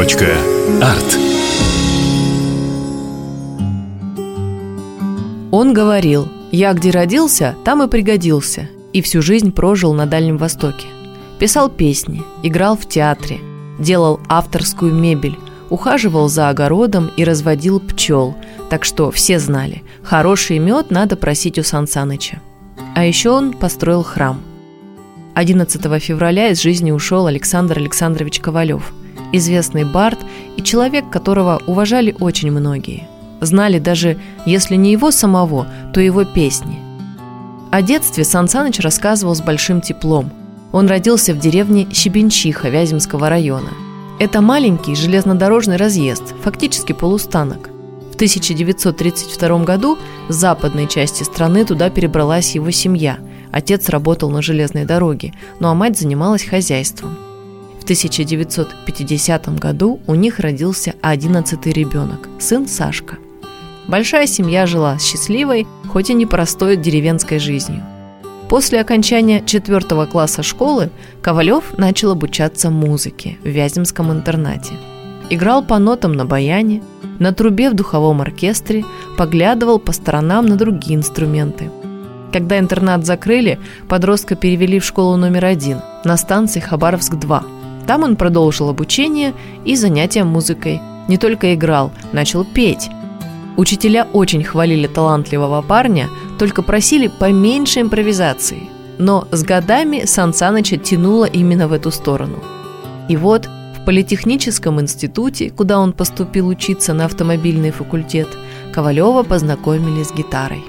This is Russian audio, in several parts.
Арт. Он говорил: «Я где родился, там и пригодился», и всю жизнь прожил на Дальнем Востоке. Писал песни, играл в театре, делал авторскую мебель, ухаживал за огородом и разводил пчел, так что все знали, хороший мед надо просить у Сан Саныча. А еще он построил храм. 11 февраля из жизни ушел Александр Александрович Ковалев, известный бард и человек, которого уважали очень многие. Знали даже, если не его самого, то его песни. О детстве Сан Саныч рассказывал с большим теплом. Он родился в деревне Щебенчиха Вяземского района. Это маленький железнодорожный разъезд, фактически полустанок. В 1932 году с западной части страны туда перебралась его семья. Отец работал на железной дороге, ну а мать занималась хозяйством. В 1950 году у них родился 11-й ребенок, сын Сашка. Большая семья жила счастливой, хоть и непростой деревенской жизнью. После окончания 4 класса школы Ковалев начал обучаться музыке в Вяземском интернате. Играл по нотам на баяне, на трубе в духовом оркестре, поглядывал по сторонам на другие инструменты. Когда интернат закрыли, подростка перевели в школу номер 1 на станции Хабаровск-2. Там он продолжил обучение и занятия музыкой. Не только играл, начал петь. Учителя очень хвалили талантливого парня, только просили поменьше импровизации. Но с годами Сан Саныча тянуло именно в эту сторону. И вот в политехническом институте, куда он поступил учиться на автомобильный факультет, Ковалева познакомили с гитарой.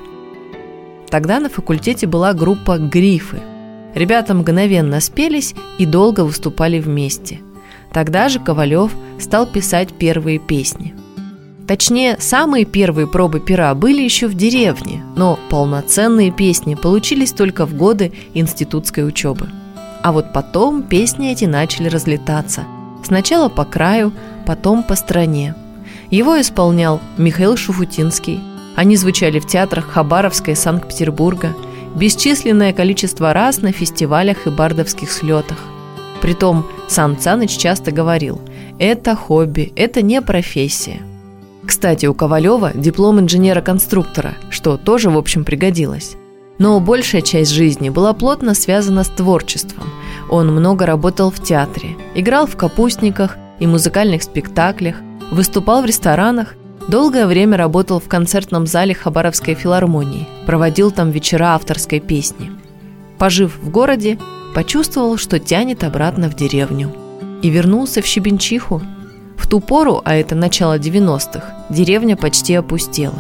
Тогда на факультете была группа «Грифы». Ребята мгновенно спелись и долго выступали вместе. Тогда же Ковалев стал писать первые песни. Точнее, самые первые пробы пера были еще в деревне, но полноценные песни получились только в годы институтской учебы. А вот потом песни эти начали разлетаться. Сначала по краю, потом по стране. Его исполнял Михаил Шуфутинский. Они звучали в театрах Хабаровска и Санкт-Петербурга, бесчисленное количество раз на фестивалях и бардовских слетах. Притом Сан Саныч часто говорил: «Это хобби, это не профессия». Кстати, у Ковалева диплом инженера-конструктора, что тоже, в общем, пригодилось. Но большая часть жизни была плотно связана с творчеством. Он много работал в театре, играл в капустниках и музыкальных спектаклях, выступал в ресторанах, долгое время работал в концертном зале Хабаровской филармонии, проводил там вечера авторской песни. Пожив в городе, почувствовал, что тянет обратно в деревню. И вернулся в Щебенчиху. В ту пору, а это начало 90-х, деревня почти опустела.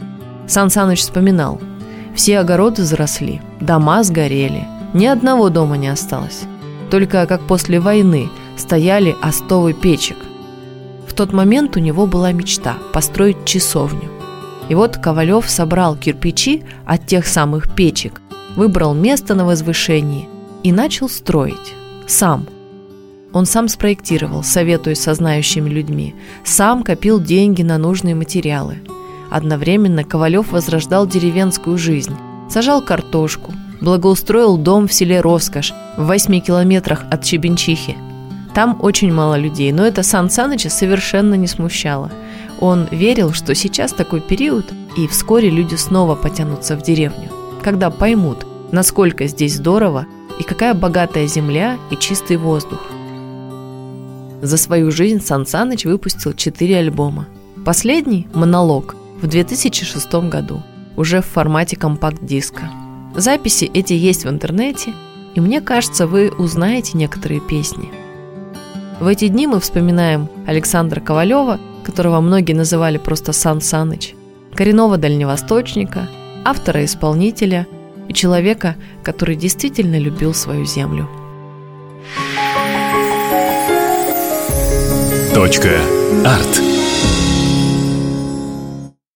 Сан Саныч вспоминал: все огороды заросли, дома сгорели, ни одного дома не осталось. Только как после войны стояли остовы печек. В тот момент у него была мечта построить часовню. И вот Ковалев собрал кирпичи от тех самых печек, выбрал место на возвышении и начал строить. Сам. Он сам спроектировал, советуясь со знающими людьми, сам копил деньги на нужные материалы. Одновременно Ковалев возрождал деревенскую жизнь, сажал картошку, благоустроил дом в селе Роскошь в 8 километрах от Щебенчихи. Там очень мало людей, но это Сан Саныча совершенно не смущало. Он верил, что сейчас такой период, и вскоре люди снова потянутся в деревню, когда поймут, насколько здесь здорово и какая богатая земля и чистый воздух. За свою жизнь Сан Саныч выпустил 4 альбома. Последний, «Монолог», в 2006 году, уже в формате компакт-диска. Записи эти есть в интернете, и мне кажется, вы узнаете некоторые песни. В эти дни мы вспоминаем Александра Ковалева, которого многие называли просто Сан Саныч, коренного дальневосточника, автора-исполнителя и человека, который действительно любил свою землю. Арт.